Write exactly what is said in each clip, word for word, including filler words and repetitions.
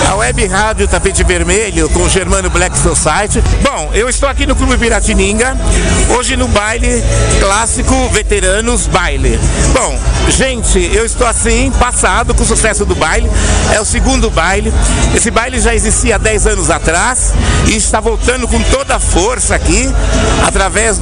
a Web Rádio Tapete Vermelho com o Germano Black Society. Bom, eu estou aqui no Clube Piratininga, hoje no baile clássico Veteranos Baile. Bom, gente, eu estou assim, passado com o sucesso do baile, é o segundo baile. Esse baile já existia há dez anos atrás e está voltando com toda a força aqui, através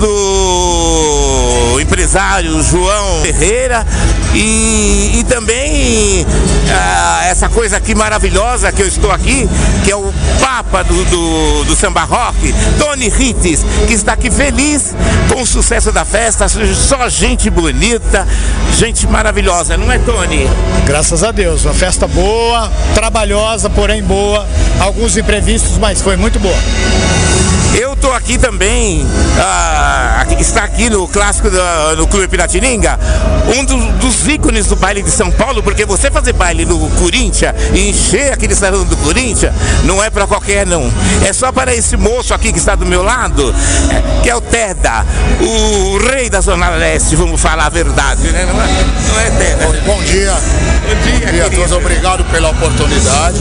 do empresário João Ferreira e, e também ah, essa coisa aqui maravilhosa que eu estou aqui, que é o Papa do, do, do samba rock, Tony Ritz, que está aqui feliz com o sucesso da festa. Só gente bonita, gente maravilhosa, não é, Tony? Graças a Deus, uma festa boa, trabalhosa, porém boa, alguns imprevistos, mas foi muito boa. Eu tô aqui também, ah, aqui, está aqui no clássico do, no Clube Piratininga, um do, dos ícones do baile de São Paulo, porque você fazer baile no Corinthians e encher aquele salão do Corinthians não é para qualquer não. É só para esse moço aqui que está do meu lado, que é o Teda, o rei da Zona Leste, vamos falar a verdade, né? Não é, não é Teda? Bom dia. Bom dia, Bom dia a todos, obrigado pela oportunidade.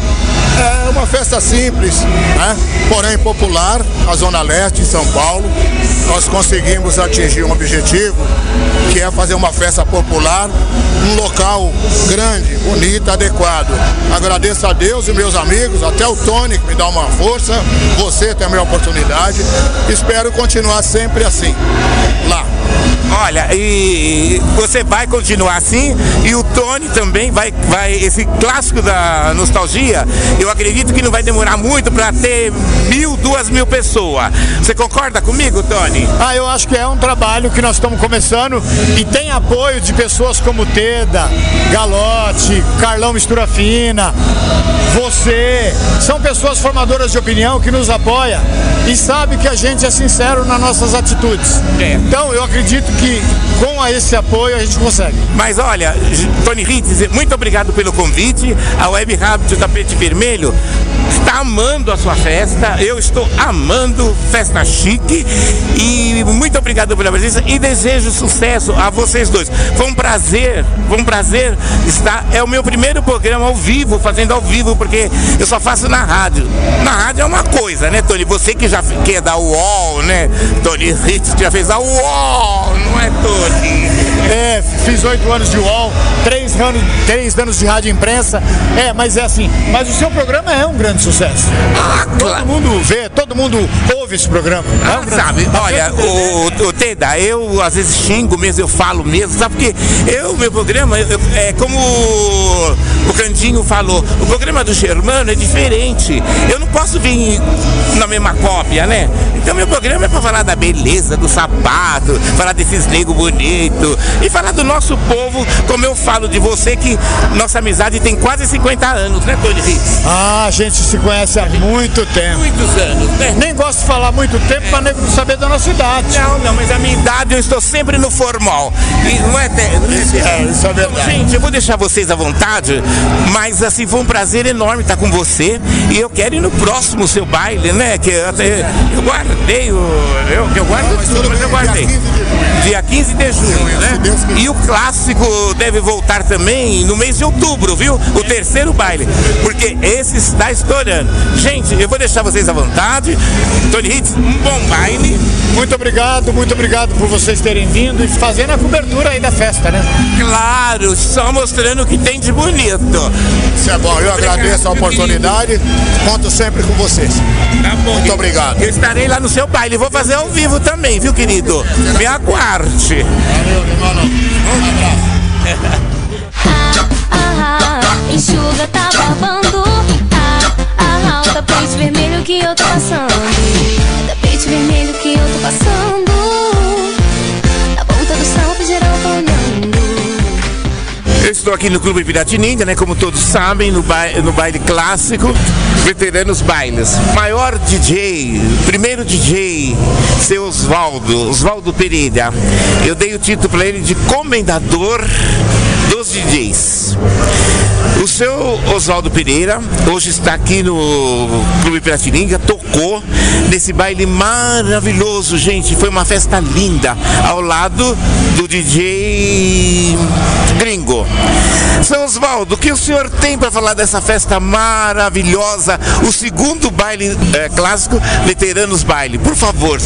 É uma festa simples, né? Porém popular, na Zona Leste, em São Paulo. Nós conseguimos atingir um objetivo, que é fazer uma festa popular num local grande, bonito, adequado. Agradeço a Deus e meus amigos, até o Tony que me dá uma força, você tem a minha oportunidade. Espero continuar sempre assim, lá. Olha, e você vai continuar assim, e o Tony também vai, vai, esse clássico da nostalgia, eu acredito que não vai demorar muito para ter mil, duas mil pessoas. Você concorda comigo, Tony? Ah, eu acho que é um trabalho que nós estamos começando e tem apoio de pessoas como Teda, Galote, Carlão Mistura Fina, você. São pessoas formadoras de opinião que nos apoiam e sabe que a gente é sincero nas nossas atitudes. É. Então eu acredito que com esse apoio a gente consegue. Mas olha, Tony Ritz, muito obrigado pelo convite. A Web Rádio Tapete Vermelho está amando a sua festa. Eu estou amando, festa chique. E muito obrigado pela presença e desejo sucesso a vocês dois. Foi um prazer, foi um prazer estar. É o meu primeiro programa ao vivo, fazendo ao vivo, porque eu só faço na rádio. Na rádio é uma coisa, né, Tony? Você que já quer dar o UOL, né? Tony Ritz já fez a UOL, não é, Tony? É, fiz oito anos de UOL, três anos, três anos de rádio e imprensa. É, mas é assim, mas o seu programa é um grande sucesso. Ah, todo claro. mundo vê, todo mundo ouve esse programa. Ah, é um sabe, grande... olha, o, o Teda, eu às vezes xingo mesmo, eu falo mesmo, sabe? Porque eu, meu programa, eu, é como o, o Candinho falou, o programa do Germano é diferente. Eu não posso vir na mesma cópia, né? Então meu programa é pra falar da beleza, do sapato, falar desses negros bonitos e falar do nosso povo, como eu falo de você, que nossa amizade tem quase cinquenta anos, né, Tony Ritz? Ah, a gente se conhece há muito tempo. Muitos anos, né? Nem gosto de falar muito tempo é. para nego não saber da nossa idade. Não, não, mas a minha idade eu estou sempre no formal. E não é, não é, isso, é, isso é verdade. Gente, eu vou deixar vocês à vontade, mas assim, foi um prazer enorme estar com você. E eu quero ir no próximo seu baile, né? Que eu, até, eu guardei, o, eu, eu guardo não, tudo, mas eu guardei. Dia quinze de junho, né? E o clássico deve voltar também no mês de outubro, viu? O terceiro baile, porque esse está estourando. Gente, eu vou deixar vocês à vontade. Tony Ritz, um bom baile. Muito obrigado, muito obrigado por vocês terem vindo e fazendo a cobertura aí da festa, né? Claro, só mostrando o que tem de bonito. Isso é bom, eu obrigado, agradeço a oportunidade, conto sempre com vocês. Tá bom. Muito obrigado. Eu estarei lá no seu baile, vou fazer ao vivo também, viu, querido? Me aguarde. Valeu, irmão. Um abraço. Ah, ah, enxuga, tá babando. Ah, ah, o tapete vermelho que eu tô passando. Tapete vermelho que eu tô passando. Na ponta do salto geral falando. Eu estou aqui no Clube Piratininga, né? Como todos sabem, no baile, no baile clássico, Veteranos Bailes. Maior D J, primeiro D J, seu Oswaldo, Oswaldo Pereira. Eu dei o título para ele de comendador dos D Js. O seu Oswaldo Pereira hoje está aqui no Clube Piratininga, tocou nesse baile maravilhoso, gente. Foi uma festa linda, ao lado do D J Gringo. Seu Oswaldo, o que o senhor tem para falar dessa festa maravilhosa, o segundo baile é, clássico, Veteranos Baile? Por favor.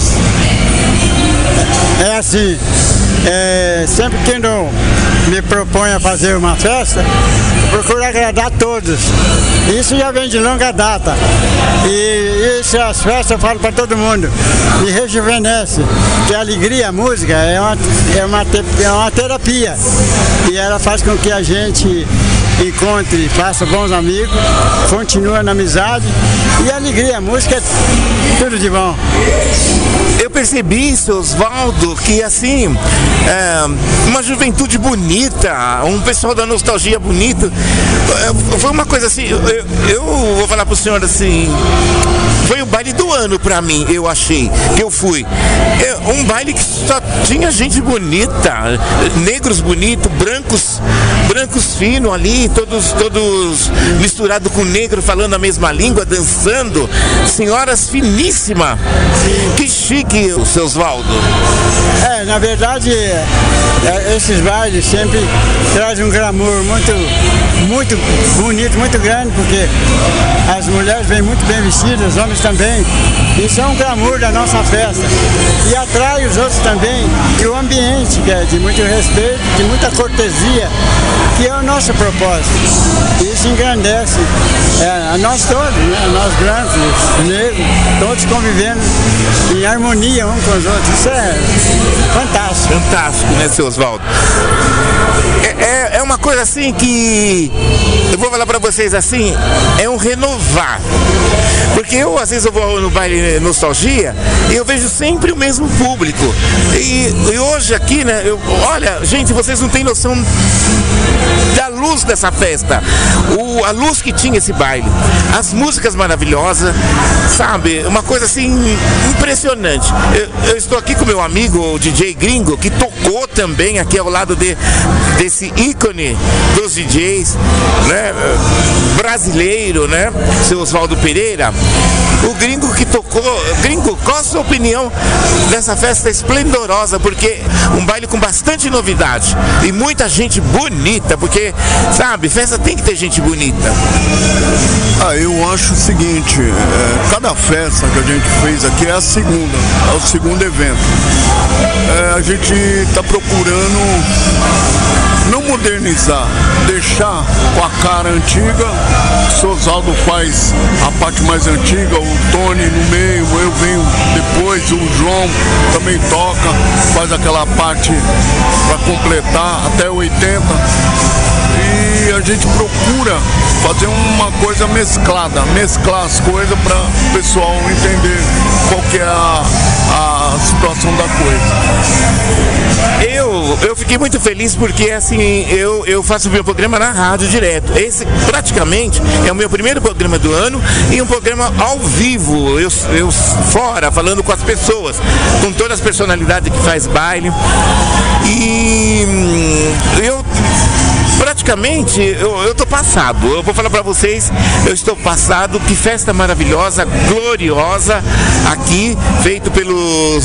É assim, é, sempre que eu me proponho a fazer uma festa, procuro agradar todos. Isso já vem de longa data. E isso, as festas, eu falo para todo mundo, me rejuvenesce. Que a alegria, a música, é uma, é, uma, é uma terapia. E ela faz com que a gente encontre, faça bons amigos, continue na amizade. E a alegria, a música é tudo de bom. Eu percebi, seu Oswaldo, que assim, é, uma juventude bonita, um pessoal da nostalgia bonito, é, foi uma coisa assim, eu, eu vou falar pro senhor assim, foi o baile do ano pra mim, eu achei, que eu fui. É, um baile que só tinha gente bonita, negros bonitos, brancos, brancos finos ali, todos, todos misturados com negro, falando a mesma língua, dançando, senhoras finíssimas. Que chique, o seu Oswaldo. É, na verdade, é, esses bailes sempre trazem um glamour muito, muito bonito, muito grande, porque as mulheres vêm muito bem vestidas, os homens também. Isso é um glamour da nossa festa. E atrai os outros também, e o ambiente, que é de muito respeito, de muita cortesia, que é o nosso propósito. Isso engrandece é, a nós todos, né? Nós brancos, negros, todos convivendo em harmonia uns com os outros. Isso é fantástico. Fantástico, né, seu Oswaldo? É, é, é uma coisa assim que, eu vou falar pra vocês assim, é um renovar. Porque eu, às vezes, eu vou no baile Nostalgia e eu vejo sempre o mesmo público. E, e hoje aqui, né, eu, olha, gente, vocês não têm noção da luz dessa festa. O, a luz que tinha esse baile. As músicas maravilhosas, sabe? Uma coisa assim, impressionante. Eu, eu estou aqui com meu amigo, o D J Gringo, que tocou também aqui ao lado de, desse ícone dos D Js, né? Brasileiro, né? Seu Oswaldo Pereira. O Gringo que tocou. Gringo, qual a sua opinião dessa festa esplendorosa? Porque um baile com bastante novidade e muita gente bonita, porque, sabe, festa tem que ter gente bonita. Ah, eu acho o seguinte, é, cada festa que a gente fez aqui é a segunda, é o segundo evento. É, a gente está procurando não modernizar, deixar com a cara antiga. O seu Oswaldo faz a parte mais antiga, o Tony no meio, eu venho depois, o João também toca, faz aquela parte para completar até oitenta. E a gente procura fazer uma coisa mesclada, mesclar as coisas para o pessoal entender qual que é a, a situação da coisa. Eu, eu fiquei muito feliz porque assim, eu, eu faço meu programa na rádio direto. Esse praticamente é o meu primeiro programa do ano e um programa ao vivo, eu, eu fora, falando com as pessoas, com todas as personalidades que faz baile. E eu praticamente, eu, eu tô passado, eu vou falar pra vocês, eu estou passado, que festa maravilhosa, gloriosa, aqui, feito pelo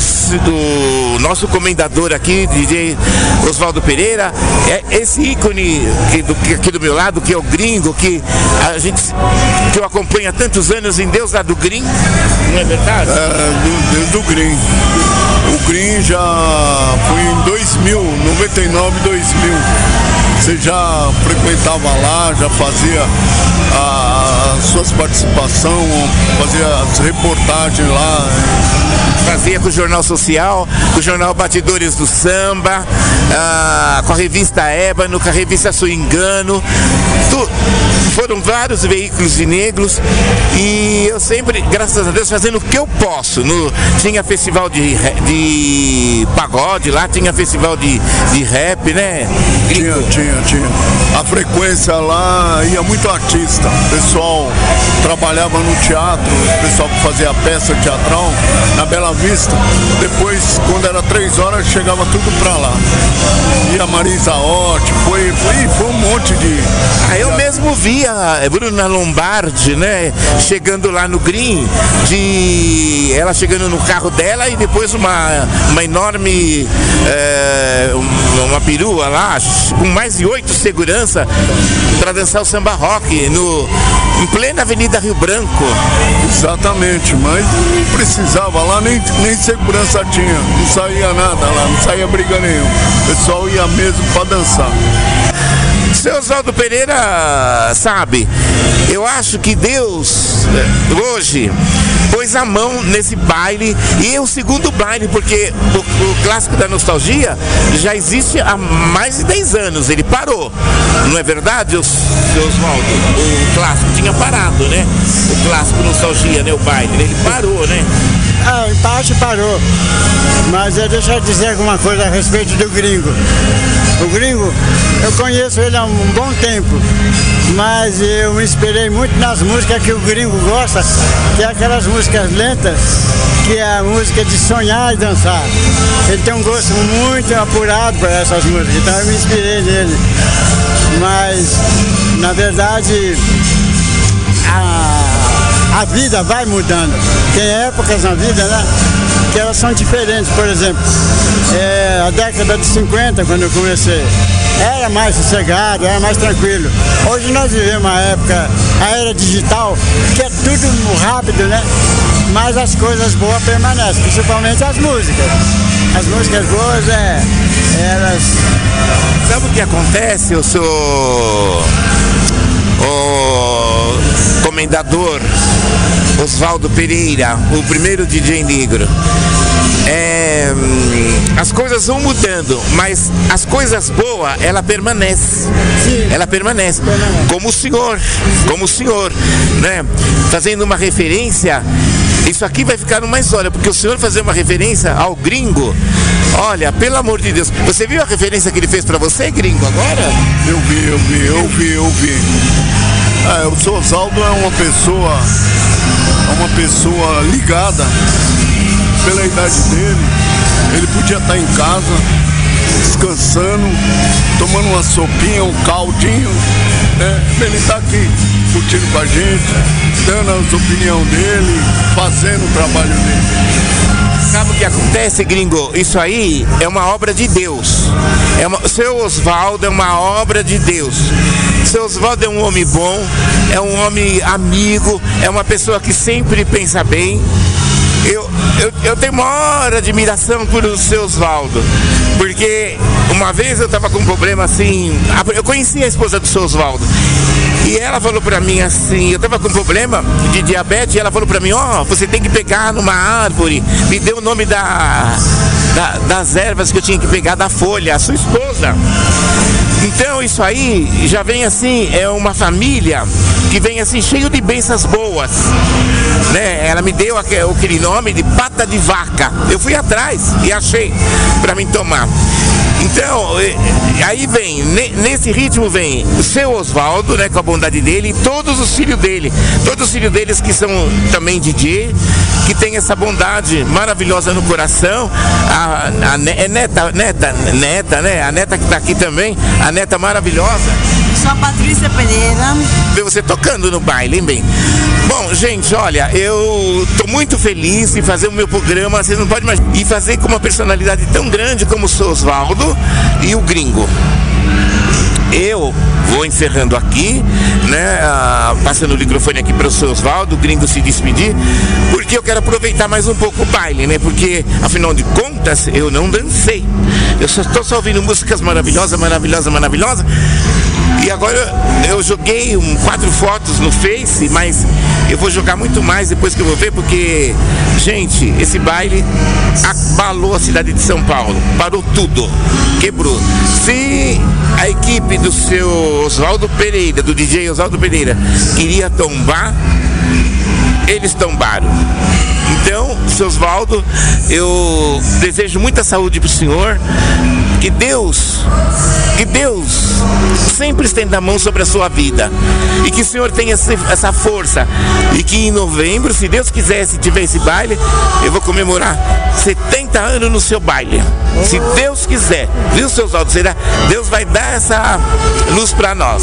do nosso comendador aqui, D J Oswaldo Pereira, é esse ícone que, do, que, aqui do meu lado, que é o Gringo, que a gente, que eu acompanho há tantos anos em Deus lá do Green, não é verdade? É, do, Deus do Green. O Green já foi em dois mil, noventa e nove, dois mil. Você já frequentava lá, já fazia as suas participações, fazia as reportagens lá. Fazia com o Jornal Social, com o Jornal Batidores do Samba, ah, com a revista Ébano, com a revista Swingano. Tu, foram vários veículos de negros e eu sempre, graças a Deus, fazendo o que eu posso. No, tinha festival de, de pagode lá, tinha festival de, de rap, né? Tinha, tinha, tinha. A frequência lá ia muito artista, pessoal trabalhava no teatro, o pessoal que fazia peça teatral, na Bela Vista. Depois, quando era três horas, chegava tudo pra lá. E a Marisa Hort, foi, foi, foi um monte de... Ah, eu mesmo vi a Bruna Lombardi, né, chegando lá no Green, de ela chegando no carro dela e depois uma, uma enorme, é, uma perua lá, com mais de oito segurança para dançar o samba rock no, em plena Avenida Rio Branco. Exatamente, mas não precisava lá, nem, nem segurança tinha, não saía nada lá, não saía briga nenhuma. O pessoal ia mesmo para dançar. Seu Oswaldo Pereira, sabe, eu acho que Deus hoje pôs a mão nesse baile, e é o segundo baile, porque o, o Clássico da Nostalgia já existe há mais de dez anos, ele parou, não é verdade, seu Oswaldo? O Clássico tinha parado, né? O Clássico Nostalgia, né? O baile, ele parou, né? Ah, em parte parou, mas eu deixa eu dizer alguma coisa a respeito do Gringo. O Gringo, eu conheço ele há um bom tempo, mas eu me inspirei muito nas músicas que o Gringo gosta, que é aquelas músicas lentas, que é a música de sonhar e dançar. Ele tem um gosto muito apurado para essas músicas, então eu me inspirei nele. Mas, na verdade, a, a vida vai mudando. Tem épocas na vida, né, que elas são diferentes. Por exemplo, é, a década de cinquenta, quando eu comecei, era mais sossegado, era mais tranquilo. Hoje nós vivemos uma época, a era digital, que é tudo rápido, né? Mas as coisas boas permanecem, principalmente as músicas. As músicas boas, é, elas... Sabe o que acontece, eu sou o comendador Oswaldo Pereira, o primeiro D J negro? É, as coisas vão mudando, mas as coisas boas, ela permanece. Sim. Ela permanece. permanece. Como o senhor, como o senhor, né? Fazendo uma referência, isso aqui vai ficar numa história, porque o senhor fazer uma referência ao Gringo, olha, pelo amor de Deus, você viu a referência que ele fez pra você, Gringo, agora? Eu vi, eu vi, eu vi, eu vi. É, o seu Oswaldo é uma pessoa, é uma pessoa ligada. Pela idade dele, ele podia estar em casa, descansando, tomando uma sopinha, um caldinho, né? Ele está aqui curtindo com a gente, dando as opiniões dele, fazendo o trabalho dele. Sabe o que acontece, Gringo? Isso aí é uma obra de Deus. É uma... Seu Oswaldo é uma obra de Deus. Seu Oswaldo é um homem bom, é um homem amigo, é uma pessoa que sempre pensa bem. Eu, eu, eu tenho maior admiração por o seu Oswaldo, porque uma vez eu estava com um problema assim, eu conheci a esposa do seu Oswaldo, e ela falou pra mim assim, eu estava com um problema de diabetes, e ela falou pra mim, ó, oh, você tem que pegar numa árvore, me deu o nome da, da, das ervas que eu tinha que pegar da folha, a sua esposa. Então isso aí já vem assim, é uma família que vem assim cheio de bênçãos boas, né? Ela me deu aquele nome de pata de vaca, eu fui atrás e achei para mim tomar. Então, aí vem, nesse ritmo vem o seu Oswaldo, né, com a bondade dele, e todos os filhos dele, todos os filhos deles que são também D J, que tem essa bondade maravilhosa no coração, a, a é neta, neta, neta, né, a neta que tá aqui também, a neta maravilhosa. Sou a Patrícia Pereira. Ver você tocando no baile, hein, bem? Bom, gente, olha, eu tô muito feliz em fazer o meu programa, vocês não podem imaginar, e fazer com uma personalidade tão grande como o seu Oswaldo e o Gringo. Eu vou encerrando aqui, né, ah, passando o microfone aqui para o seu Oswaldo, o Gringo se despedir, porque eu quero aproveitar mais um pouco o baile, né, porque afinal de contas eu não dancei, eu só estou só ouvindo músicas maravilhosas, maravilhosas, maravilosas, e agora eu joguei um, quatro fotos no Face, mas eu vou jogar muito mais depois que eu vou ver, porque, gente, esse baile abalou a cidade de São Paulo, parou tudo, quebrou. Se a equipe do seu Oswaldo Pereira, do D J Oswaldo Pereira, queria tombar, eles tombaram. Então, seu Osvaldo, eu desejo muita saúde para o senhor, que Deus, que Deus sempre estenda a mão sobre a sua vida, e que o senhor tenha essa força, e que em novembro, se Deus quiser, se tiver esse baile, eu vou comemorar setenta anos no seu baile, se Deus quiser, viu, seu Osvaldo? Será? Deus vai dar essa luz para nós.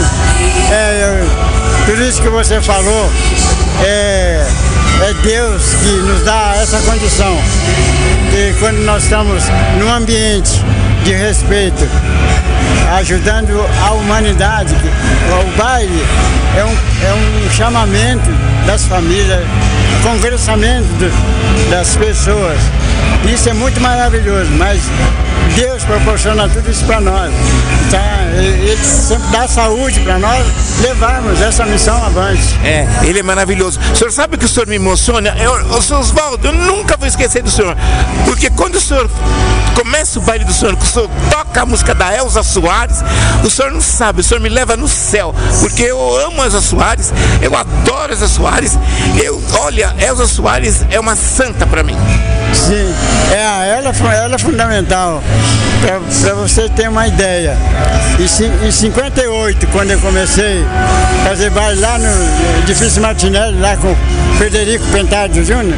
É, eu, por isso que você falou, é, é Deus que nos dá essa condição. E quando nós estamos num ambiente de respeito, ajudando a humanidade, o baile é um, é um chamamento das famílias, congressamento do, das pessoas. Isso é muito maravilhoso, mas Deus proporciona tudo isso para nós. Então, Ele sempre dá saúde para nós levarmos essa missão avante. É, Ele é maravilhoso. O senhor sabe que o senhor me emociona? Eu, o senhor Osvaldo, eu nunca vou esquecer do senhor. Porque quando o senhor começa o baile do senhor, que o senhor toca a música da Elza Soares, o senhor não sabe, o senhor me leva no céu. Porque eu amo a Elza Soares, eu adoro a Elza Soares. Eu, olha, Elza Soares é uma santa para mim. Sim, é, ela, ela é fundamental. Para você ter uma ideia, em cinquenta e oito, quando eu comecei a fazer baile lá no Edifício Martinelli, lá com Frederico Pentardo Júnior,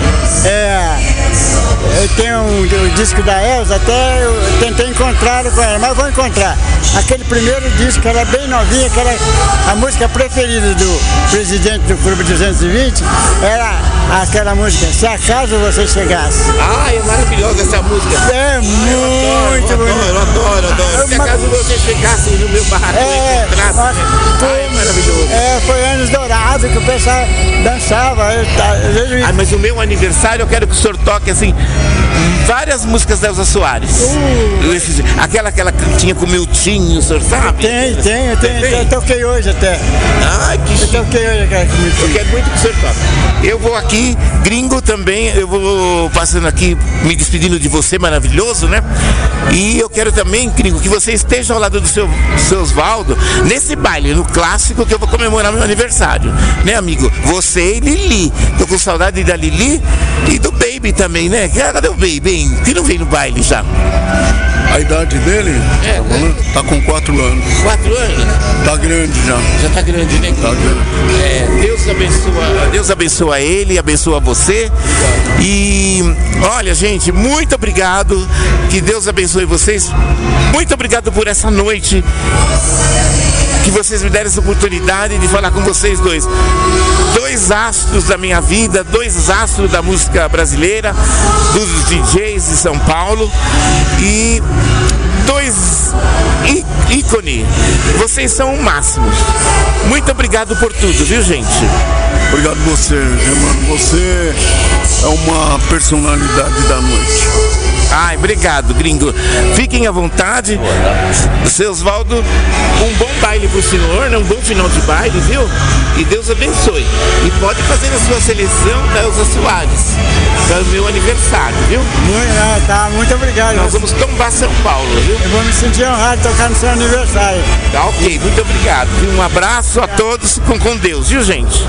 é, eu tenho um, o disco da Elza, até eu tentei encontrar com ela, mas eu vou encontrar. Aquele primeiro disco, que era bem novinha, que era a música preferida do presidente do Clube duzentos e vinte, era aquela música, Se Acaso Você Chegasse. Ah, é maravilhosa essa música. É muito eu bonito. adoro, adoro, adoro. Se acaso você chegasse no meu barraco é, e encontrasse, né? foi, Ai, maravilhoso. É, foi anos dourados que o pessoal dançava. Eu, eu, eu, ah, mas o meu aniversário eu quero que o senhor toque assim várias músicas da Elza Soares. Uh, Esses, aquela que ela tinha com o Miltinho, o senhor sabe? Tem, tem, eu, tenho, eu toquei hoje até. Ai, que Eu toquei hoje aquela com o Miltinho. Eu quero muito que o senhor toque. Eu vou aqui, gringo também, eu vou passando aqui, me despedindo de você, maravilhoso, né? E eu quero também, gringo, que você esteja ao lado do seu, do seu Osvaldo nesse baile, no clássico, que eu vou comemorar meu aniversário, né, amigo? Você e Lili. Tô com saudade da Lili e do Baby também, né? Cadê o Baby, hein? Que não vem no baile já? A idade dele É, né? tá com quatro anos. Quatro anos? Tá grande já. Já tá grande, né? Tá grande. É, Deus abençoa, Deus abençoa ele, abençoa você. E olha, gente, muito obrigado. Que Deus abençoe vocês. Muito obrigado por essa noite. Que vocês me deram essa oportunidade de falar com vocês dois. Dois astros da minha vida, dois astros da música brasileira, dos D Js de São Paulo. E dois ícones. Vocês são o máximo. Muito obrigado por tudo, viu, gente? Obrigado você, Germano. Você é uma personalidade da noite. Ai, obrigado, gringo. Fiquem à vontade. Seu Osvaldo, um bom baile pro senhor, né? Um bom final de baile, viu? E Deus abençoe. E pode fazer a sua seleção da Elza Soares para o meu aniversário, viu? Muito, ah, tá, muito obrigado. Nós vamos tombar São Paulo, viu? Eu vou me sentir honrado de tocar no seu aniversário. Tá ok, muito obrigado. Um abraço a todos com, com Deus, viu, gente?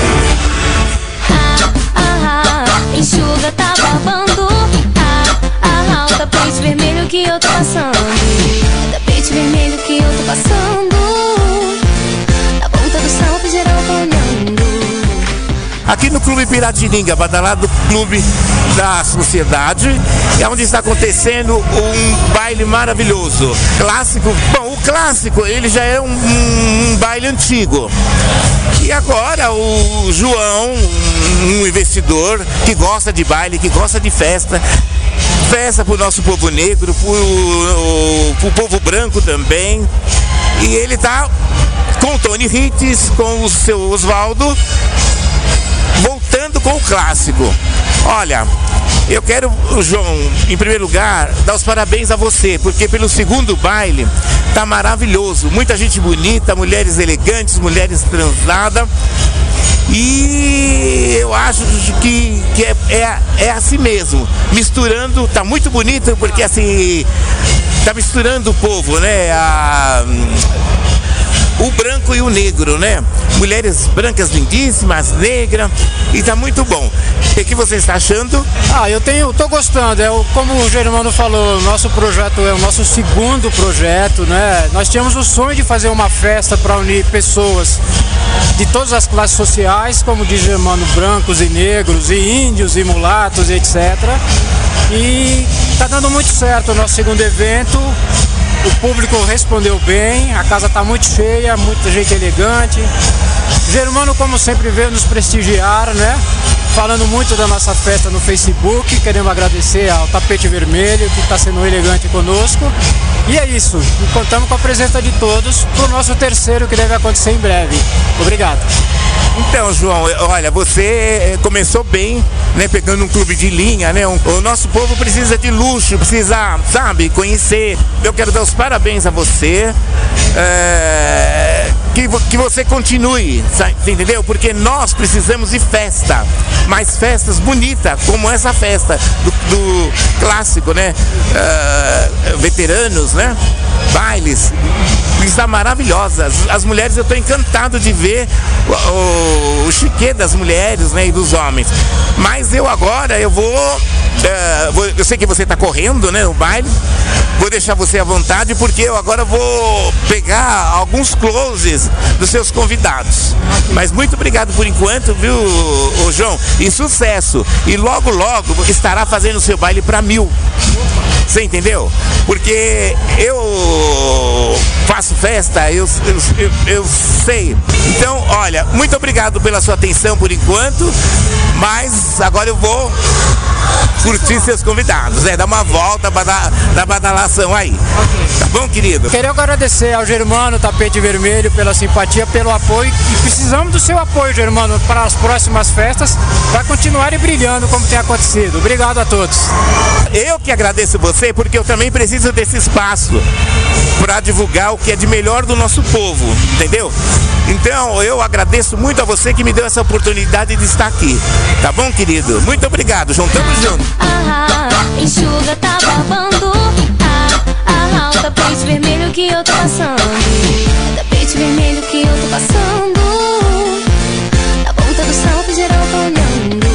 Ah, ah, ah, enxuga, tá babando. Ah, ah, o tapete vermelho que eu tô passando. O tapete vermelho que eu tô passando. Na ponta do salto geral olhando. Aqui no Clube Piratininga, badalado Clube da Sociedade, é onde está acontecendo um baile maravilhoso, clássico. Bom, o clássico, ele já é um, um, um baile antigo. E agora o João, um investidor que gosta de baile, que gosta de festa, festa para o nosso povo negro, para o povo branco também. E ele está com o Tony Hits, com o seu Osvaldo, voltando com o clássico. Olha, eu quero, João, em primeiro lugar, dar os parabéns a você, porque pelo segundo baile tá maravilhoso. Muita gente bonita, mulheres elegantes, mulheres transadas. E eu acho que, que é, é, é assim mesmo. Misturando, tá muito bonito, porque assim, tá misturando o povo, né? A, o branco e o negro, né? Mulheres brancas lindíssimas, negras, e tá muito bom. O que você está achando? Ah, eu tenho, tô gostando. É, o- como o Germano falou, o nosso projeto é o nosso segundo projeto, né? Nós tínhamos o sonho de fazer uma festa para unir pessoas de todas as classes sociais, como diz Germano, brancos e negros, e índios e mulatos, e etcétera. E tá dando muito certo o nosso segundo evento. O público respondeu bem, a casa está muito cheia, muita gente elegante. Germano, como sempre, veio nos prestigiar, né? Falando muito da nossa festa no Facebook. Queremos agradecer ao Tapete Vermelho, que está sendo elegante conosco. E é isso, e contamos com a presença de todos para o nosso terceiro, que deve acontecer em breve. Obrigado. Então, João, olha, você eh, começou bem, né, pegando um clube de linha, né? Um- o nosso povo precisa de luxo, precisa, sabe, conhecer. Eu quero dar os parabéns a você. eh, que, vo- que você continue, sa- entendeu? Porque nós precisamos de festa, mas festas bonitas, como essa festa do, do clássico, né? Eh, veteranos, né? Bailes, está maravilhosa. As, as mulheres, eu estou encantado de ver o, o, o chiquê das mulheres, né, e dos homens. Mas eu agora, eu vou, eh, vou- eu sei que você está correndo, né, no baile. Vou deixar você à vontade, porque eu agora vou pegar alguns closes dos seus convidados. Mas muito obrigado por enquanto, viu, ô, João? E sucesso. E logo, logo estará fazendo o seu baile para mil. Você entendeu? Porque eu faço festa, eu, eu, eu, eu sei. Então, olha, muito obrigado pela sua atenção por enquanto, mas agora eu vou curtir seus convidados, é, dar uma volta para dar, dar badalação aí. Tá bom, querido? Queria agradecer ao Germano Tapete Vermelho pela simpatia, pelo apoio, e precisamos do seu apoio, Germano, para as próximas festas, para continuarem brilhando como tem acontecido. Obrigado a todos. Eu que agradeço você, porque eu também preciso desse espaço para divulgar o que é de melhor do nosso povo, entendeu? Então, eu agradeço muito a você que me deu essa oportunidade de estar aqui. Tá bom, querido? Muito obrigado, João. Tamo junto. Ah, enxuga, tá babando. Ah, ah, o tapete vermelho que eu tô passando. Tapete vermelho que eu tô passando. Na ponta do salto geral tá olhando.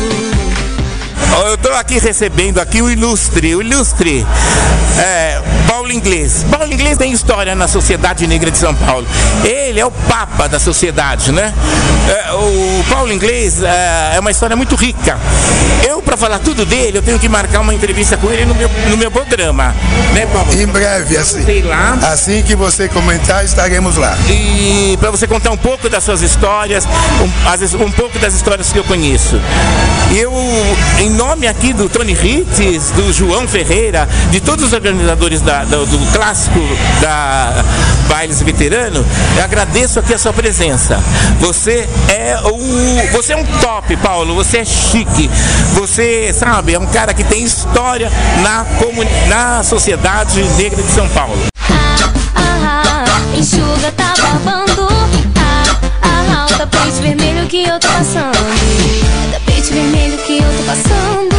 Ó, eu estou aqui recebendo aqui o ilustre, o ilustre é, Paulo Inglês. Paulo Inglês tem história na sociedade negra de São Paulo. Ele é o papa da sociedade, né? É, o Paulo Inglês é, é uma história muito rica. Eu, para falar tudo dele, eu tenho que marcar uma entrevista com ele no meu, no meu programa, né, Paulo? Em breve, assim. Sei lá. Assim que você comentar, estaremos lá. E para você contar um pouco das suas histórias, um, às vezes, um pouco das histórias que eu conheço. Eu, em nome aqui do Tony Ritz, do João Ferreira, de todos os organizadores da, do, do clássico da Bailes Veterano, eu agradeço aqui a sua presença. Você é o, você é um top, Paulo. Você é chique. Você, sabe, é um cara que tem história na, comuni- na sociedade negra de São Paulo. Ah, ah, ah, enxuga, tá babando. Ah, ah, o tapete vermelho que eu tô passando. Tapete vermelho que eu tô passando.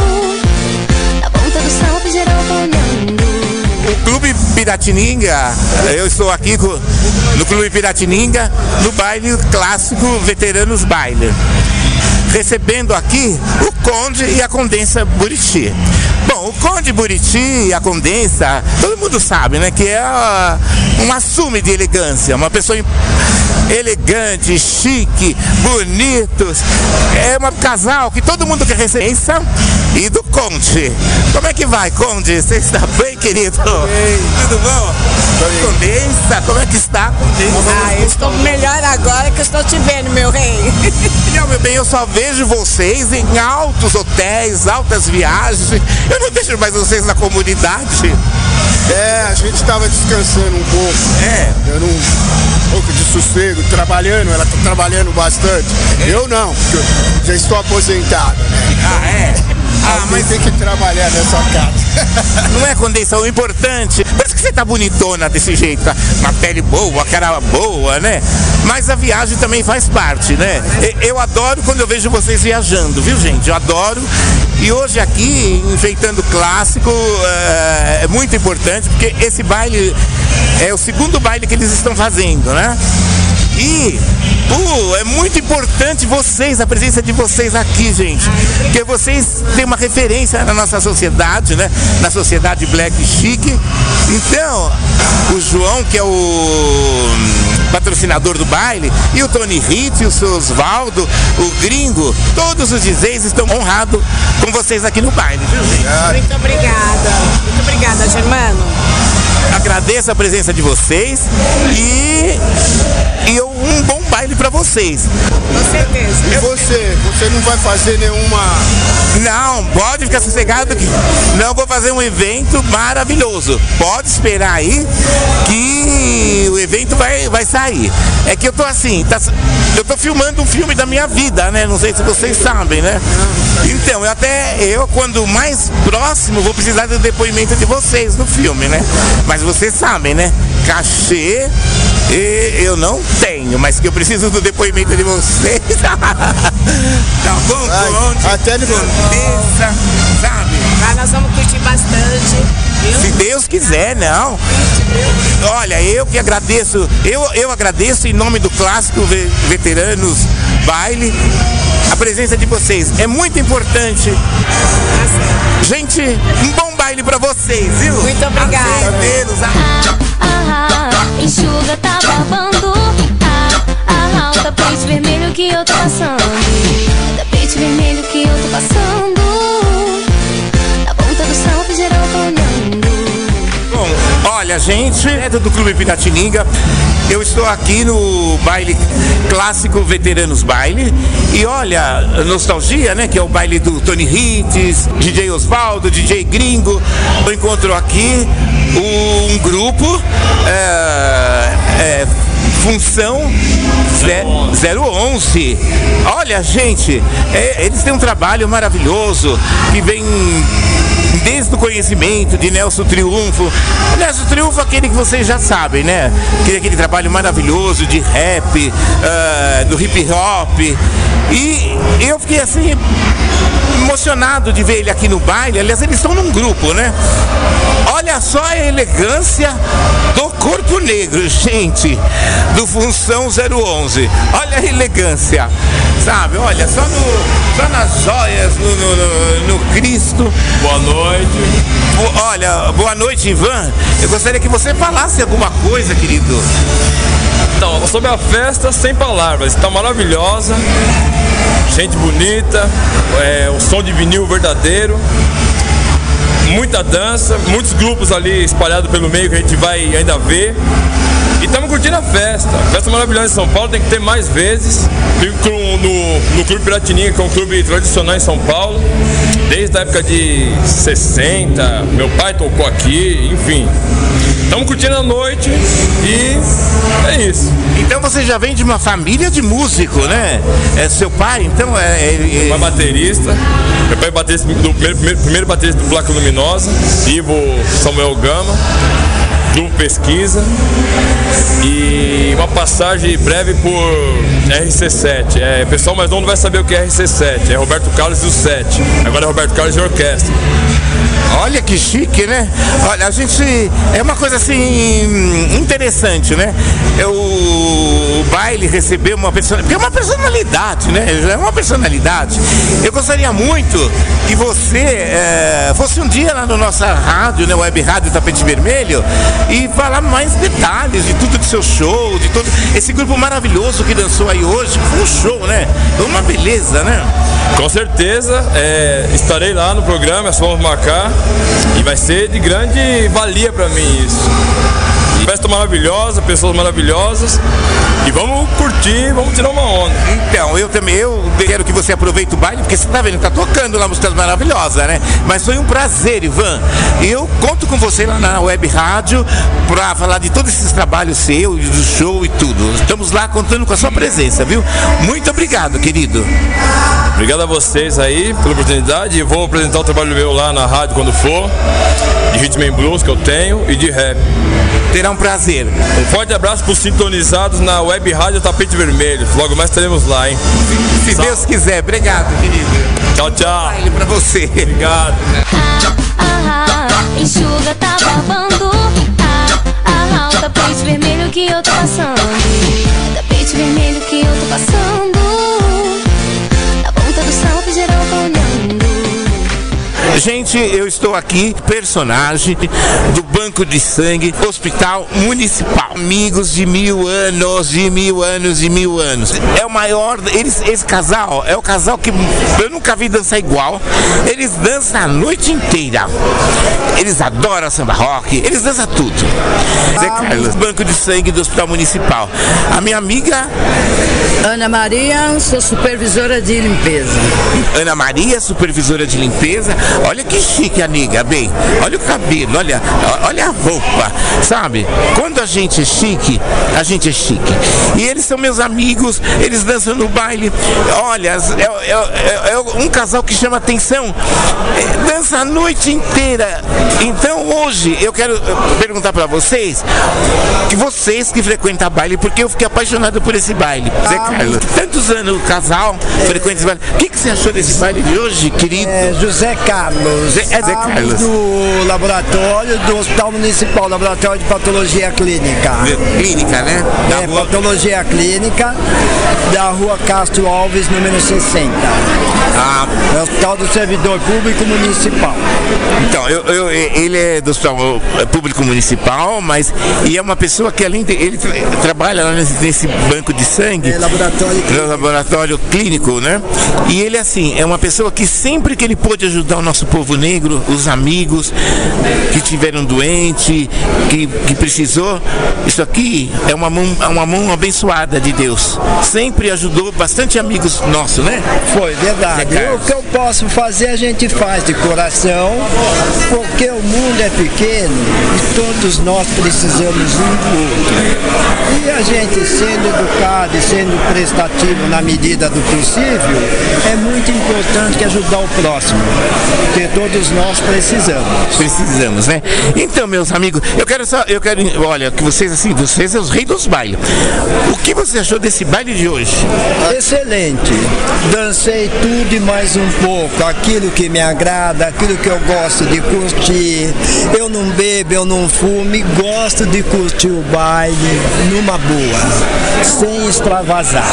Na ponta do salto geral tá olhando. O Clube Piratininga, eu estou aqui co- no Clube Piratininga, no baile clássico Veteranos Baile. Recebendo aqui o Conde e a Condensa Buriti. Bom, o Conde Buriti e a Condensa, todo mundo sabe, né, que é ah, um assume de elegância, uma pessoa im- elegante, chique, bonitos. É um casal que todo mundo quer receber. E do Conde. Como é que vai, Conde? Você está bem, querido? Tudo bom? Condensa, como é que está, Condensa? Ah, eu estou melhor agora que eu estou te vendo, meu rei. Não, meu bem, eu só vejo vocês em altos hotéis, altas viagens. Eu não vejo mais vocês na comunidade. É, a gente estava descansando um pouco, É. dando um pouco de sossego, trabalhando, ela está trabalhando bastante. Eu não, porque eu já estou aposentado, né? Ah, é? Ah, Alguém mas tem que trabalhar nessa casa. não é, Condensa, o importante. Por isso que você tá bonitona desse jeito, tá? Uma pele boa, cara boa, né? Mas a viagem também faz parte, né? E- Eu adoro quando eu vejo vocês viajando, viu, gente? Eu adoro. E hoje aqui, enfeitando o clássico, é, é muito importante, porque esse baile É o segundo baile que eles estão fazendo, né? E uh, é muito importante vocês, a presença de vocês aqui, gente. Porque vocês têm uma referência na nossa sociedade, né? Na sociedade black chique. Então, o João, que é o patrocinador do baile, e o Tony Hit, o seu Osvaldo, o Gringo, todos os D Js estão honrados com vocês aqui no baile, viu, gente? Muito obrigada. Muito obrigada, Germano. Agradeço a presença de vocês e, e eu, um bom baile pra vocês. Com certeza. E você? Você não vai fazer nenhuma... Não, pode ficar sossegado que não vou fazer um evento maravilhoso. Pode esperar aí que o evento vai, vai sair. É que eu tô assim, tá, eu tô filmando um filme da minha vida, né? Não sei se vocês sabem, né? Então, eu até, eu quando mais próximo vou precisar do depoimento de vocês no filme, né? Mas vocês sabem, né? Cachê e eu não tenho, mas que eu preciso do depoimento de vocês. Tá bom, Conte? Até de Cabeça, sabe? Ah, nós vamos curtir bastante, viu? Se Deus quiser, não. Olha, eu que agradeço, eu, eu agradeço em nome do Clássico Ve- Veteranos Baile, a presença de vocês. É muito importante. Gente, um bom baile pra vocês, viu? Muito obrigada. Cabelos, Ah, ah, ah, enxuga, tá babando. Ah, ah, ah, o tapete vermelho que eu tô passando. O tapete vermelho que eu tô passando. Na ponta do salve geral tô olhando. Bom, olha, gente, direto do Clube Piratininga, eu estou aqui no baile Clássico Veteranos Baile. E olha, nostalgia, né? Que é o baile do Tony Hits, D J Osvaldo, D J Gringo. Eu encontro aqui um grupo, é, é, Função zero onze. Olha, gente, é, eles têm um trabalho maravilhoso que vem desde o conhecimento de Nelson Triunfo. Nelson Triunfo é aquele que vocês já sabem, né? Aquele, aquele trabalho maravilhoso de rap, uh, do hip hop. E eu fiquei assim emocionado de ver ele aqui no baile. Aliás, eles estão num grupo, né? Olha só a elegância do Corpo Negro, gente, do Função zero onze. Olha a elegância, sabe? Olha, só, no, só nas joias, no, no, no, no Cristo. Boa noite. Bo- olha, boa noite, Ivan. Eu gostaria que você falasse alguma coisa, querido. Então, sobre a festa, sem palavras, está maravilhosa, gente bonita, é, o som de vinil verdadeiro, muita dança, muitos grupos ali espalhados pelo meio que a gente vai ainda ver. E estamos curtindo a festa, festa maravilhosa em São Paulo, tem que ter mais vezes. No, no, no Clube Piratininga, que é um clube tradicional em São Paulo, desde a época de sessenta, meu pai tocou aqui, enfim. Estamos curtindo a noite e é isso. Então você já vem de uma família de músico, né? É seu pai, então é. é, Meu pai é baterista, meu pai é baterista do primeiro, primeiro, primeiro baterista do Placa Luminosa, Ivo Samuel Gama, do Pesquisa, e uma passagem breve por R C sete. É, o pessoal mais novo não vai saber o que é R C sete, é Roberto Carlos e o sete. Agora é Roberto Carlos e orquestra. Olha que chique, né? Olha, a gente. É uma coisa assim. Interessante, né? É o, o baile receber uma personalidade. Porque é uma personalidade, né? É uma personalidade. Eu gostaria muito que você é, fosse um dia lá na nossa rádio, né? Web Rádio Tapete Vermelho, e falar mais detalhes de tudo do seu show, de todo esse grupo maravilhoso que dançou aí hoje. Foi um show, né? Foi uma beleza, né? Com certeza, é, estarei lá no programa, é só vamos marcar. E vai ser de grande valia pra mim isso. Festa maravilhosa, pessoas maravilhosas. E vamos curtir, vamos tirar uma onda. Então, eu também, eu quero que você aproveite o baile, porque você tá vendo, tá tocando lá músicas maravilosas, né? Mas foi um prazer, Ivan. Eu conto com você lá na Web Rádio pra falar de todos esses trabalhos seus, do show e tudo. Estamos lá contando com a sua presença, viu? Muito obrigado, querido. Obrigado a vocês aí pela oportunidade. Eu vou apresentar o trabalho meu lá na rádio quando for, de Rhythm and Blues que eu tenho e de rap. Terá um prazer. Um forte abraço para os sintonizados na Web Rádio Tapete Vermelho. Logo mais estaremos lá, hein? Se Salve. Deus quiser. Obrigado, querido. Tchau, tchau. Baile pra você. Obrigado. Ah, ah, ah, enxuga, tá babando. Ah, ah, ah, ah, o tapete vermelho que eu tô passando. É tapete vermelho que eu tô passando. Na ponta do salto geral tá olhando. Gente, eu estou aqui, personagem do Banco de Sangue, Hospital Municipal. Amigos de mil anos, de mil anos, de mil anos. É o maior, eles, esse casal, é o casal que eu nunca vi dançar igual. Eles dançam a noite inteira. Eles adoram samba rock, eles dançam tudo. Zé Carlos, Banco de Sangue do Hospital Municipal. A minha amiga... Ana Maria, sou supervisora de limpeza. Ana Maria, supervisora de limpeza. Olha que chique, amiga, bem. Olha o cabelo, olha, olha a roupa, sabe? Quando a gente é chique, a gente é chique. E eles são meus amigos, eles dançam no baile. Olha, é, é, é um casal que chama atenção. É, dança a noite inteira. Então hoje eu quero perguntar pra vocês, que vocês que frequentam baile, porque eu fiquei apaixonado por esse baile. Zé Carlos, tantos anos o casal frequenta esse baile. O que, que você achou desse baile de hoje, querido? É José Carlos. É Zé Carlos. Do laboratório do Hospital Municipal, Laboratório de Patologia Clínica. Clínica, né? Da é, rua... Patologia Clínica, da Rua Castro Alves, número sessenta. Ah. É o Hospital do Servidor Público Municipal. Então, eu, eu, ele é do Hospital Público Municipal, mas e é uma pessoa que além de ele tra trabalha lá nesse, nesse banco de sangue, é laboratório clínico. laboratório clínico, né? E ele assim é uma pessoa que sempre que ele pôde ajudar o nosso povo negro, os amigos que tiveram doente, que, que precisou, isso aqui é uma mão, uma mão abençoada de Deus. Sempre ajudou bastante amigos nossos, né? Foi verdade. O que eu posso fazer a gente faz de coração, porque o mundo é pequeno e todos nós precisamos um do outro. E a gente sendo educado e sendo prestativo na medida do possível, é muito importante ajudar o próximo, porque todos nós precisamos. Precisamos, né? Então, meus amigos, eu quero só, eu quero, olha, que vocês assim, vocês são os reis dos bailes. O que você achou desse baile de hoje? Excelente. Dancei tudo e mais um pouco, aquilo que me agrada, aquilo que eu gosto de curtir. Eu não bebo, eu não fumo, e gosto de curtir o baile numa boa, sem extravasar.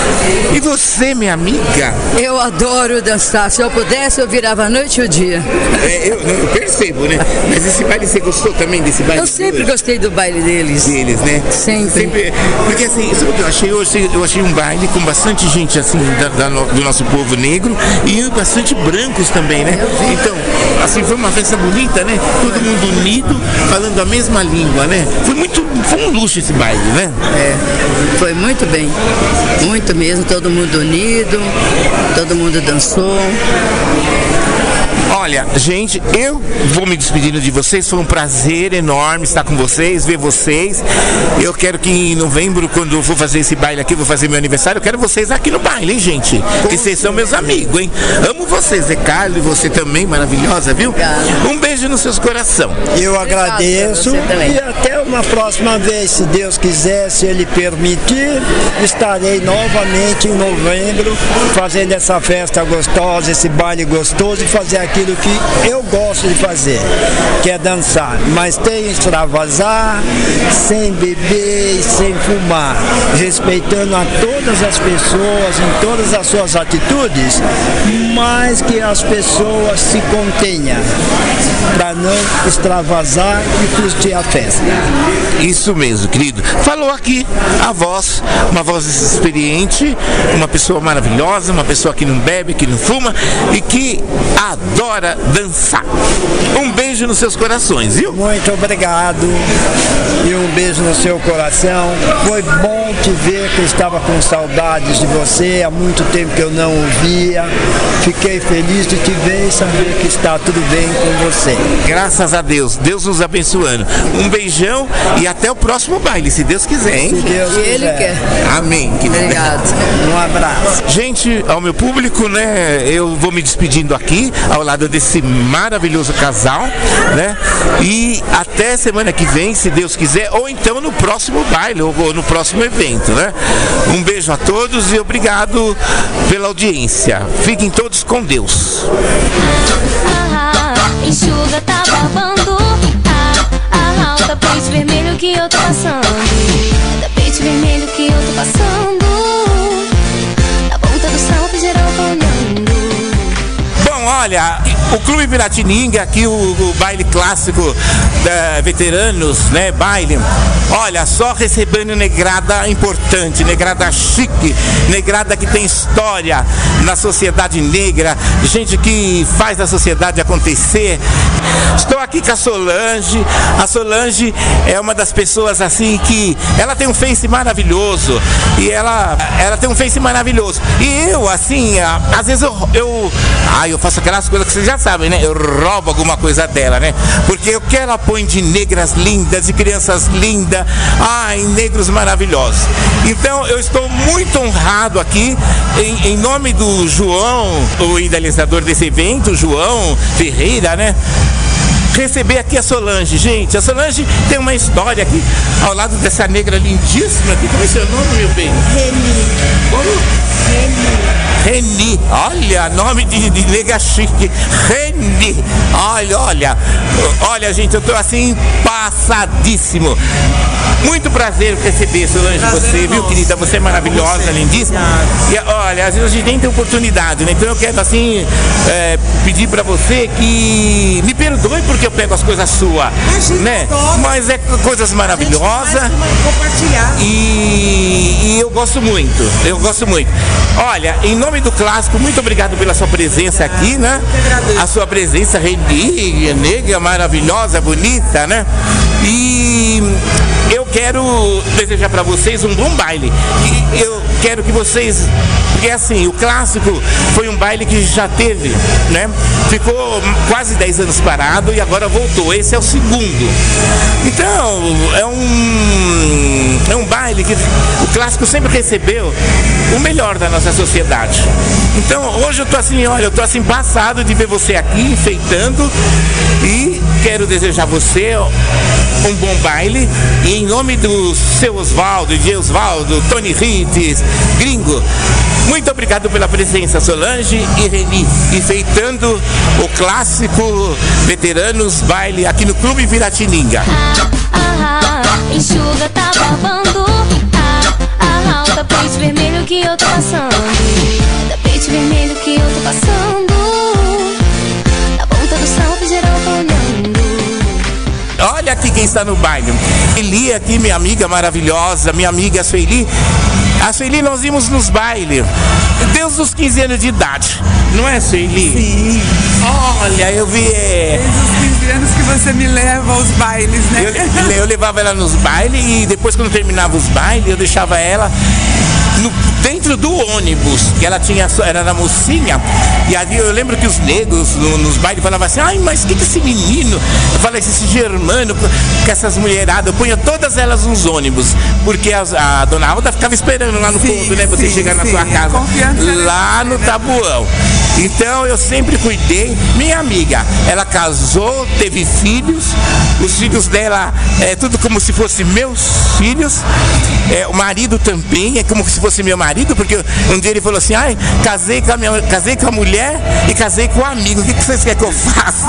E você, minha amiga? Eu adoro dançar. Se eu pudesse, eu virava a noite e o dia. É, eu, eu percebo, né? Mas esse baile, você gostou também desse baile? Eu sempre gostei do baile deles. Deles, né? Sempre. sempre porque assim, sabe o que eu achei hoje? Eu achei um baile com bastante gente assim, da, da, do nosso povo negro e bastante brancos também, né? Então, assim, foi uma festa bonita, né? Todo mundo unido, falando a mesma língua, né? Foi muito, foi um luxo esse baile, né? É, foi muito bem. Muito mesmo, todo mundo unido, todo mundo dançou. Olha, gente, eu vou me despedindo de vocês. Foi um prazer enorme estar com vocês, ver vocês. Eu quero que em novembro, quando eu for fazer esse baile aqui, vou fazer meu aniversário, eu quero vocês aqui no baile, hein, gente? Porque vocês são meus amigos, hein? Amo vocês, Zé Carlos, e você também, maravilhosa, viu? Um beijo nos seus corações. Eu agradeço e até uma próxima vez, se Deus quiser, se Ele permitir, estarei novamente em novembro fazendo essa festa gostosa, esse baile gostoso e fazer aquilo que eu gosto de fazer, que é dançar, mas sem extravasar, sem beber e sem fumar, respeitando a todas as pessoas em todas as suas atitudes, mas que as pessoas se contenham para não extravasar e curtir a festa. Isso mesmo, querido. Falou aqui a voz, uma voz experiente, uma pessoa maravilhosa, uma pessoa que não bebe, que não fuma e que adora dançar. Um beijo nos seus corações, viu? Muito obrigado e um beijo no seu coração. Foi bom te ver, que eu estava com saudades de você, há muito tempo que eu não ouvia. Fiquei feliz de te ver e saber que está tudo bem com você. Graças a Deus, Deus nos abençoando. Um beijão e até o próximo baile, se Deus quiser, hein? Se Deus quiser. Ele quer. Amém. Obrigado. Um abraço. Gente, ao meu público, né, eu vou me despedindo aqui, ao lado desse maravilhoso casal, né? E até semana que vem, se Deus quiser, ou então no próximo baile, ou, ou no próximo evento, né? Um beijo a todos e obrigado pela audiência. Fiquem todos com Deus. Ah, enxuga, tá babando. Ah, ah, o tapete tapete vermelho que eu tô passando. É tapete vermelho que eu tô passando. Na ponta do salto geral tá olhando. Bom, olha, o Clube Piratininga, aqui o, o baile clássico da veteranos, né, baile, olha, só recebendo negrada importante, negrada chique, negrada que tem história na sociedade negra, gente que faz a sociedade acontecer. Estou aqui com a Solange. A Solange é uma das pessoas assim que ela tem um face maravilhoso e ela, ela tem um face maravilhoso. E eu, assim, às vezes eu, eu, ai, eu faço aquelas coisas que vocês já sabem, né? Eu roubo alguma coisa dela, né? Porque o que ela põe de negras lindas, de crianças lindas, ai, negros maravilhosos. Então eu estou muito honrado aqui, em, em nome do João, o idealizador desse evento, João Ferreira, né? Receber aqui a Solange. Gente, a Solange tem uma história aqui, ao lado dessa negra lindíssima aqui. Como é seu nome, meu bem? Reni. Como? Reni. Reni, olha, nome de, de nega chique. Reni, olha, olha, olha, gente, eu tô assim, passadíssimo. Muito prazer receber, Solange, prazer você, viu, querida? Você é maravilhosa, você, lindíssima. E olha, às vezes a gente nem tem oportunidade, né? Então eu quero, assim, é, pedir pra você que me perdoe porque eu pego as coisas suas, né? Mas é coisas maravilhosas. E, e eu gosto muito, eu gosto muito. Olha, em nome do clássico, muito obrigado pela sua presença aqui, né? A sua presença, Reni, negra, maravilhosa, bonita, né? E eu quero desejar para vocês um bom baile. E eu quero que vocês, porque assim, o clássico foi um baile que já teve, né? Ficou quase dez anos parado e agora voltou. Esse é o segundo. Então, é um é um baile que o clássico sempre recebeu o melhor da nossa sociedade. Então, hoje eu tô assim, olha, eu tô assim passado de ver você aqui enfeitando e quero desejar a você um bom baile e em nome do seu Osvaldo, de Osvaldo, Tony Ritz, Gringo, muito obrigado pela presença, Solange e Reni, enfeitando o clássico Veteranos Baile aqui no Clube Piratininga. Ah, ah, ah, enxuga, tá babando. Ah, ah, ah, o tapete vermelho que eu tô passando. Tapete vermelho que eu tô passando. Na ponta do salto geral tá olhando. Olha aqui quem está no baile. Sueli aqui, minha amiga maravilhosa, minha amiga Sueli. A Sueli nós vimos nos bailes desde os quinze anos de idade. Não é, Sueli? Sim. Olha, eu vi... É... Desde os quinze anos que você me leva aos bailes, né? Eu, eu levava ela nos bailes e depois quando terminava os bailes, eu deixava ela no, dentro do ônibus, que ela tinha, era na mocinha, e ali eu lembro que os negros no, nos bailes falavam assim, ai, mas que que esse menino? Eu falei, esse germano, que essas mulheradas, eu punha todas elas nos ônibus, porque a, a dona Alda ficava esperando lá no sim, ponto, né, você sim, chegar na sim, sua casa, lá no Tabuão. Então eu sempre cuidei, minha amiga, ela casou, teve filhos, os filhos dela é tudo como se fossem meus filhos, é, o marido também é como se fosse meu marido, porque um dia ele falou assim, ai, casei com a, minha, casei com a mulher e casei com o amigo, o que, que vocês querem que eu faça?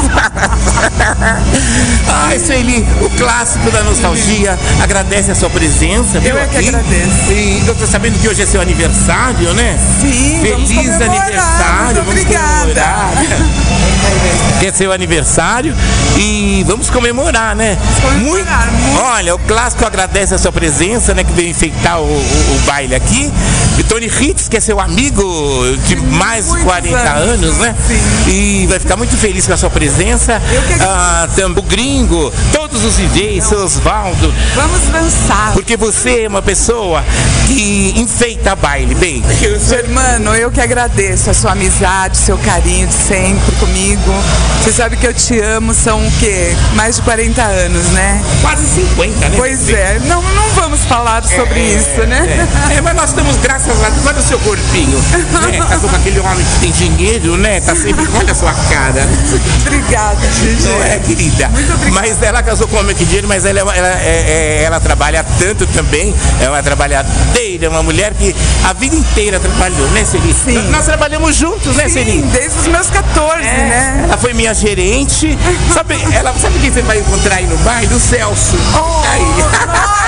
Ai, Sueli, o clássico da nostalgia, agradece a sua presença, eu é que aqui. agradeço. E eu tô sabendo que hoje é seu aniversário, né? Sim, feliz vamos aniversário, vamos obrigada. Que é seu aniversário e vamos comemorar, né? Vamos comemorar, muito, muito. Olha, o clássico agradece a sua presença, né? Que veio enfeitar o, o, o baile aqui. E Tony Ritz, que é seu amigo de mais de quarenta anos, anos, né? Sim. E vai ficar muito feliz com a sua presença. Eu que ah, também o Gringo, todos os D Js, seu Osvaldo. Vamos dançar. Porque você é uma pessoa que enfeita baile, bem. Germano, eu que agradeço a sua amizade, seu carinho de sempre comigo. Você sabe que eu te amo, são o quê? Mais de quarenta anos, né? Quase cinquenta, né? Pois é, não, não vamos falar sobre é, isso, né? É. É, mas nós estamos, graças a Deus, olha o seu corpinho. Né? Casou com aquele homem que tem dinheiro, né? Tá sempre. Olha a sua cara. Obrigada, Gigi. Não é, querida? Muito obrigada. Mas ela casou com um homem que dinheiro, mas ela, ela, é, é, ela trabalha tanto também. É uma trabalhadeira, uma mulher que a vida inteira trabalhou, né, Celi? Sim. Nós, nós trabalhamos juntos, né, Celi? Sim, desde os meus catorze, É, né? ela foi minha gerente. Sabe, ela, sabe quem você vai encontrar aí no baile? O Celso. Oh, Aí.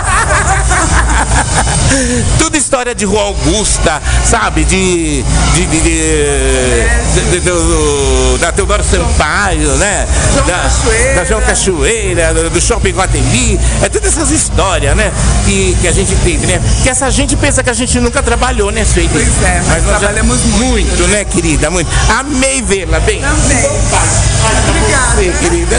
Tudo história de Rua Augusta, sabe? De. de, de, de, de, de do, da Teodoro Sampaio, né? João da, Cachoeira. da João Cachoeira, do, do Shopping Guatemi. É todas essas histórias, né? Que, que a gente entende, né? Que essa gente pensa que a gente nunca trabalhou, né, Sueli? Pois é, mas nós já- trabalhamos muito. Muito, né, querida? Muito. Amei vê-la, bem. Também. Obrigada. Você, querida.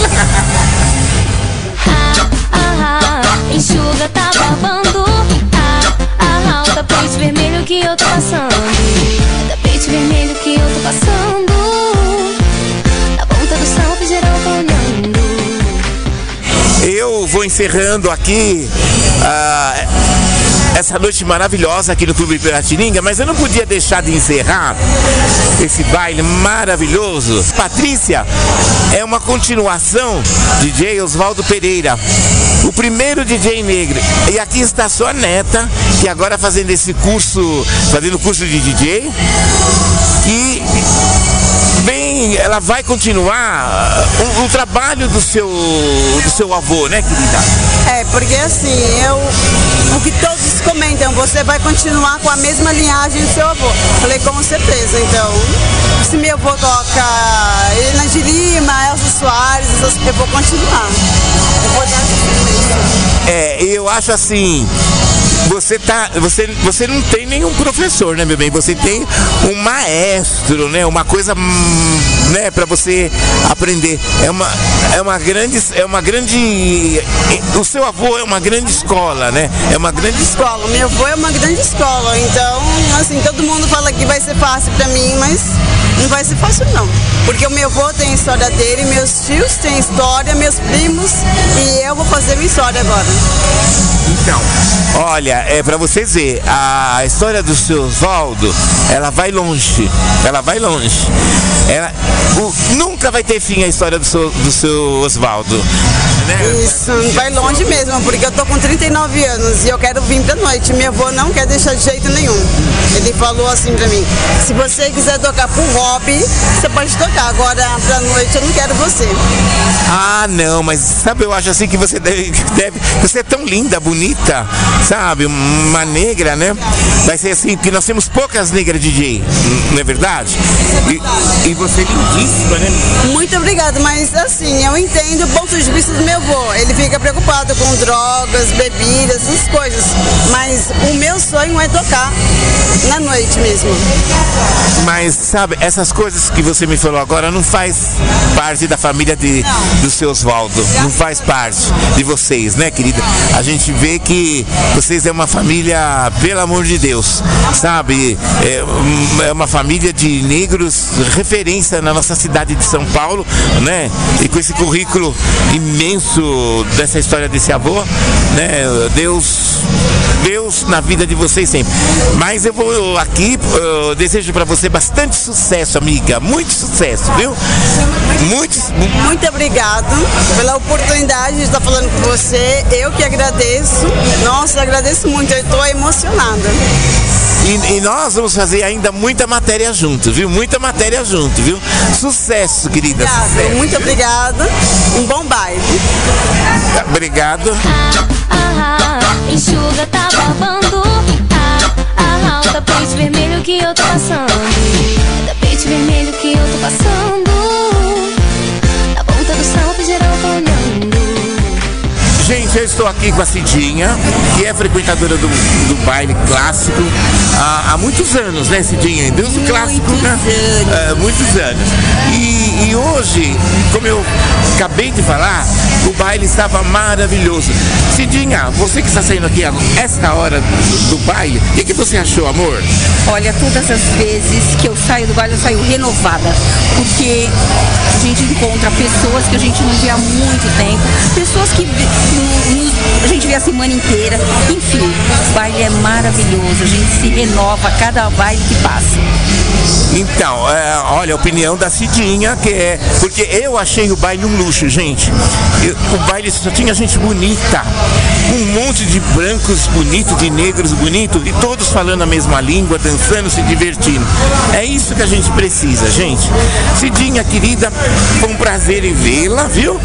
Ah, ah, enxuga, tá babando. Ah, ah, o tapete vermelho que eu tô passando. O tapete vermelho que eu tô passando. Na ponta do salto geral tá olhando. Eu vou encerrando aqui ah, essa noite maravilhosa aqui no Clube Piratininga, mas eu não podia deixar de encerrar esse baile maravilhoso. Patrícia é uma continuação de D J Oswaldo Pereira, o primeiro D J negro. E aqui está sua neta, que agora fazendo esse curso, fazendo curso de D J, e bem, ela vai continuar o, o trabalho do seu, do seu avô, né, querida? É, porque assim, eu. O que todos comentam, você vai continuar com a mesma linhagem do seu avô. Falei, com certeza, então. Se meu avô toca Helena de Lima, Elza Soares, eu vou continuar. Eu vou dar sequência. É, eu acho assim. Você tá, você, você não tem nenhum professor, né, meu bem? Você tem um maestro, né? Uma coisa, hum, né, para você aprender. É uma, é uma grande, é uma grande. O seu avô é uma grande escola, né? É uma grande escola. Escola, meu avô é uma grande escola, então, assim, todo mundo fala que vai ser fácil pra mim, mas não vai ser fácil não. Porque o meu avô tem a história dele, meus tios têm história, meus primos, e eu vou fazer minha história agora. Então, olha, é para vocês verem, a história do seu Oswaldo, ela vai longe, ela vai longe. Ela, o, nunca vai ter fim a história do seu, do seu Oswaldo, né? Isso, vai longe mesmo, porque eu tô com trinta e nove anos e eu quero vir pra noite. Meu avô não quer deixar de jeito nenhum. Ele falou assim pra mim, se você quiser tocar pro hobby, você pode tocar. Agora, pra noite, eu não quero você. Ah, não, mas sabe, eu acho assim que você deve, deve você é tão linda, bonita, sabe, uma negra, né? Vai ser assim, porque nós temos poucas negras D J, não é verdade? E, e você é lindíssima, né? Muito obrigada, mas assim, eu entendo o ponto de vista do meu avô. Ele fica preocupado com drogas, bebidas, essas coisas. Mas o meu sonho é tocar na noite mesmo. Mas, sabe, essas coisas que você me falou agora não faz parte da família de, do seu Oswaldo. Não faz parte de vocês, né, querida? A gente vê que vocês é uma família, pelo amor de Deus, sabe? É, é uma família de negros, referência na nossa cidade de São Paulo, né? E com esse currículo imenso dessa história desse avô, né? Deus, Deus na vida de vocês sempre. Mas eu vou aqui, eu desejo pra você bastante sucesso, amiga. Muito sucesso, viu? Muito, Muito obrigado pela oportunidade de estar falando com você. Eu que agradeço. Nossa, eu agradeço muito. Eu estou emocionada. E, e nós vamos fazer ainda muita matéria junto, viu? Muita matéria junto, viu? Sucesso, querida. Obrigada, Sucesso. muito obrigada. Um bom baile. Obrigado. Ah, ah, ah, enxuga, tá babando. Ah, ah, ah, o tapete vermelho que eu tô passando. O tapete vermelho que eu tô passando. Na ponta do salto geral tá olhando. Gente, eu estou aqui com a Cidinha, que é frequentadora do, do baile clássico há, há muitos anos, né, Cidinha? Deus do clássico, né? É, muitos anos. E, e hoje, como eu acabei de falar, o baile estava maravilhoso. Cidinha, você que está saindo aqui a esta hora do, do baile, o que, que você achou, amor? Olha, todas as vezes que eu saio do baile, eu saio renovada, porque a gente encontra pessoas que a gente não vê há muito tempo, pessoas que nos, a gente vê a semana inteira, enfim, o baile é maravilhoso, a gente se renova a cada baile que passa. Então, é, olha, a opinião da Cidinha, que é... Porque eu achei o baile um luxo, gente. Eu, o baile só tinha gente bonita. Um monte de brancos bonitos, de negros bonitos, e todos falando a mesma língua, dançando, se divertindo. É isso que a gente precisa, gente. Cidinha, querida, foi um prazer em vê-la, viu?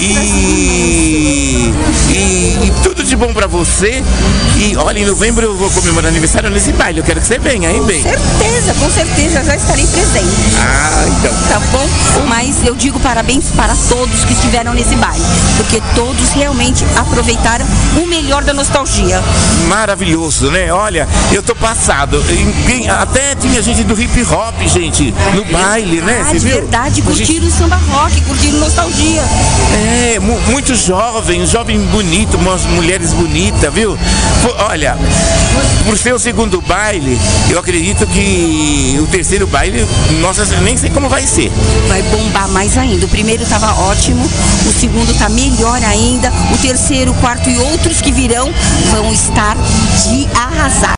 E, e, e tudo de bom pra você. E olha, em novembro eu vou comemorar aniversário nesse baile. Eu quero que você venha, hein, bem? Com certeza, com certeza, já estarei presente. Ah, então. Tá bom? Mas eu digo parabéns para todos que estiveram nesse baile, porque todos realmente aproveitaram o melhor da nostalgia. Maravilhoso, né? Olha, eu tô passado. Até tinha gente do hip hop, gente, no baile, né? Ah, de verdade, curtiram o samba rock, curtiram nostalgia. É, mu muito jovem, um jovem bonito, umas mulheres bonitas, viu? Pô, olha, por ser o segundo baile, eu acredito que o terceiro baile, nossa, eu nem sei como vai ser. Vai bombar mais ainda. O primeiro estava ótimo, o segundo está melhor ainda, o terceiro, o quarto e outros que virão vão estar de arrasar.